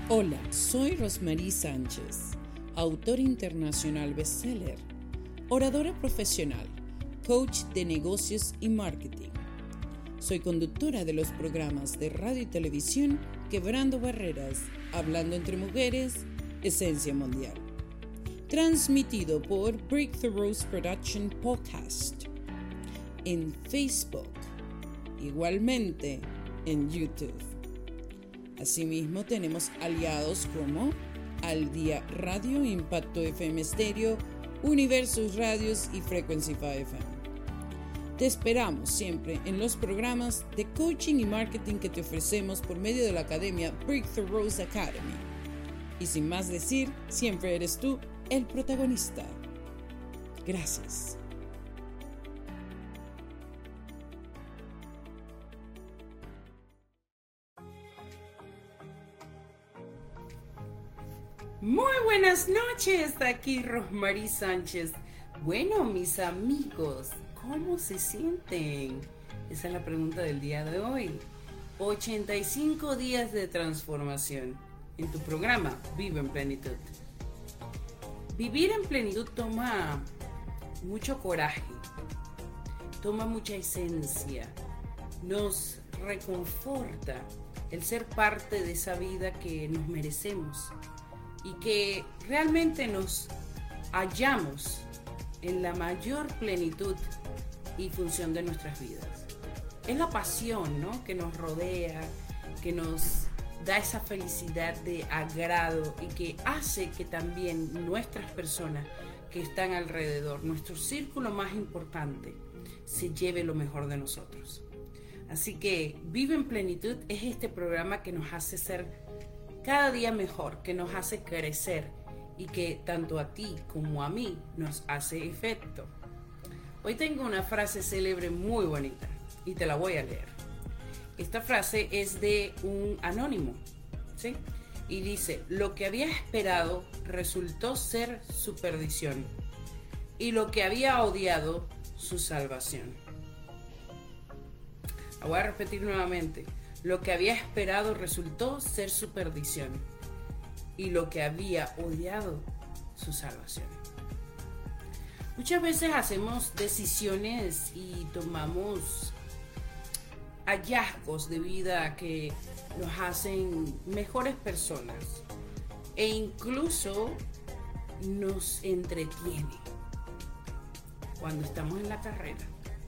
Hola, soy Rosmarie Sánchez, autor internacional bestseller, oradora profesional, coach de negocios y marketing. Soy conductora de los programas de radio y televisión Quebrando Barreras, Hablando entre Mujeres, Esencia Mundial. Transmitido por Breakthroughs Production Podcast en Facebook, igualmente en YouTube. Asimismo, tenemos aliados como Al Día Radio, Impacto FM Stereo, Universus Radios y Frequencify FM. Te esperamos siempre en los programas de coaching y marketing que te ofrecemos por medio de la academia Breakthroughs Academy. Y sin más decir, siempre eres tú el protagonista. Gracias. Muy buenas noches, aquí Rosmarie Sánchez. Bueno, mis amigos, ¿cómo se sienten? Esa es la pregunta del día de hoy. 85 días de transformación en tu programa Vive en Plenitud. Vivir en plenitud toma mucho coraje, toma mucha esencia, nos reconforta el ser parte de esa vida que nos merecemos y que realmente nos hallamos en la mayor plenitud y función de nuestras vidas. Es la pasión, ¿no?, que nos rodea, que nos da esa felicidad de agrado y que hace que también nuestras personas que están alrededor, nuestro círculo más importante, se lleve lo mejor de nosotros. Así que Vive en Plenitud es este programa que nos hace ser cada día mejor, que nos hace crecer y que tanto a ti como a mí nos hace efecto. Hoy tengo una frase célebre muy bonita y te la voy a leer. Esta frase es de un anónimo, ¿sí? Y dice: lo que había esperado resultó ser su perdición y lo que había odiado su salvación. La voy a repetir nuevamente. Lo que había esperado resultó ser su perdición y lo que había odiado su salvación. Muchas veces hacemos decisiones y tomamos hallazgos de vida que nos hacen mejores personas e incluso nos entretiene cuando estamos en la carrera.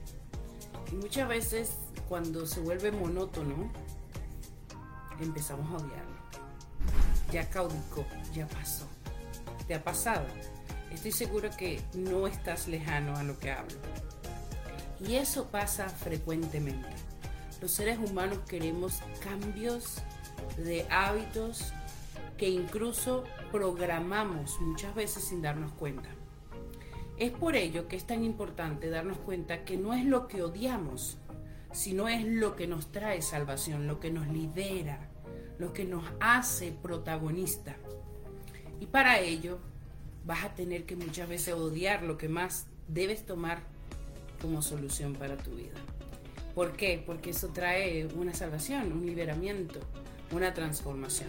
Y muchas veces cuando se vuelve monótono, empezamos a odiarlo. Ya caducó, ya pasó. ¿Te ha pasado? Estoy seguro que no estás lejano a lo que hablo. Y eso pasa frecuentemente. Los seres humanos queremos cambios de hábitos que incluso programamos muchas veces sin darnos cuenta. Es por ello que es tan importante darnos cuenta que no es lo que odiamos, sino es lo que nos trae salvación, lo que nos libera, lo que nos hace protagonista. Y para ello vas a tener que muchas veces odiar lo que más debes tomar como solución para tu vida. ¿Por qué? Porque eso trae una salvación, un liberamiento, una transformación.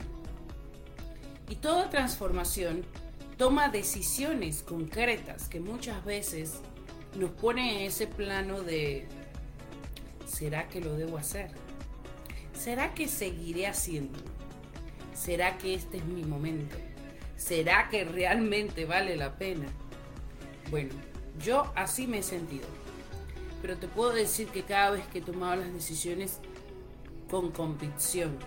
Y toda transformación toma decisiones concretas que muchas veces nos pone en ese plano de: ¿será que lo debo hacer? ¿Será que seguiré haciéndolo? ¿Será que este es mi momento? ¿Será que realmente vale la pena? Bueno, yo así me he sentido. Pero te puedo decir que cada vez que he tomado las decisiones con convicción,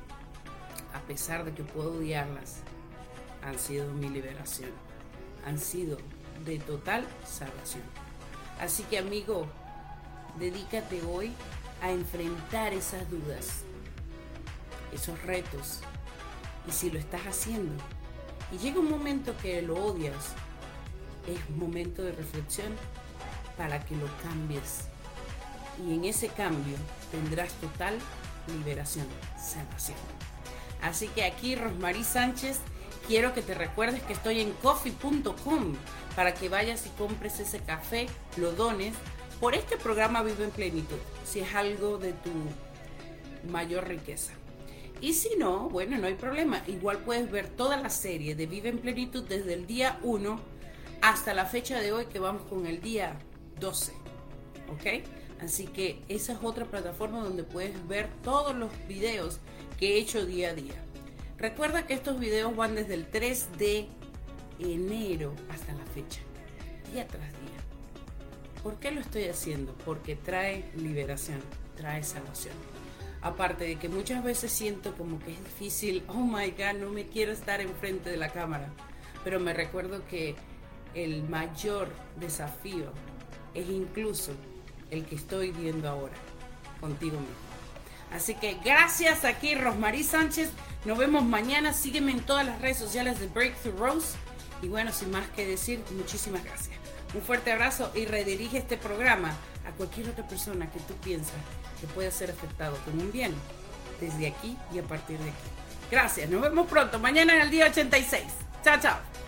a pesar de que puedo odiarlas, han sido mi liberación. Han sido de total salvación. Así que, amigo, dedícate hoy a enfrentar esas dudas, esos retos. Y si lo estás haciendo y llega un momento que lo odias, es momento de reflexión para que lo cambies. Y en ese cambio tendrás total liberación, salvación. Así que aquí, Rosmarie Sánchez, quiero que te recuerdes que estoy en coffee.com para que vayas y compres ese café, lo dones por este programa Vive en Plenitud, si es algo de tu mayor riqueza. Y si no, bueno, no hay problema. Igual puedes ver toda la serie de Vive en Plenitud desde el día 1 hasta la fecha de hoy, que vamos con el día 12. ¿Ok? Así que esa es otra plataforma donde puedes ver todos los videos que he hecho día a día. Recuerda que estos videos van desde el 3 de enero hasta la fecha, día tras día. ¿Por qué lo estoy haciendo? Porque trae liberación, trae salvación. Aparte de que muchas veces siento como que es difícil, oh my God, no me quiero estar enfrente de la cámara. Pero me recuerdo que el mayor desafío es incluso el que estoy viendo ahora, contigo mismo. Así que gracias, aquí Rosmarie Sánchez. Nos vemos mañana. Sígueme en todas las redes sociales de Breakthrough Rose. Y bueno, sin más que decir, muchísimas gracias. Un fuerte abrazo y redirige este programa a cualquier otra persona que tú piensas que pueda ser afectado con un bien desde aquí y a partir de aquí. Gracias, nos vemos pronto, mañana en el día 86. Chao, chao.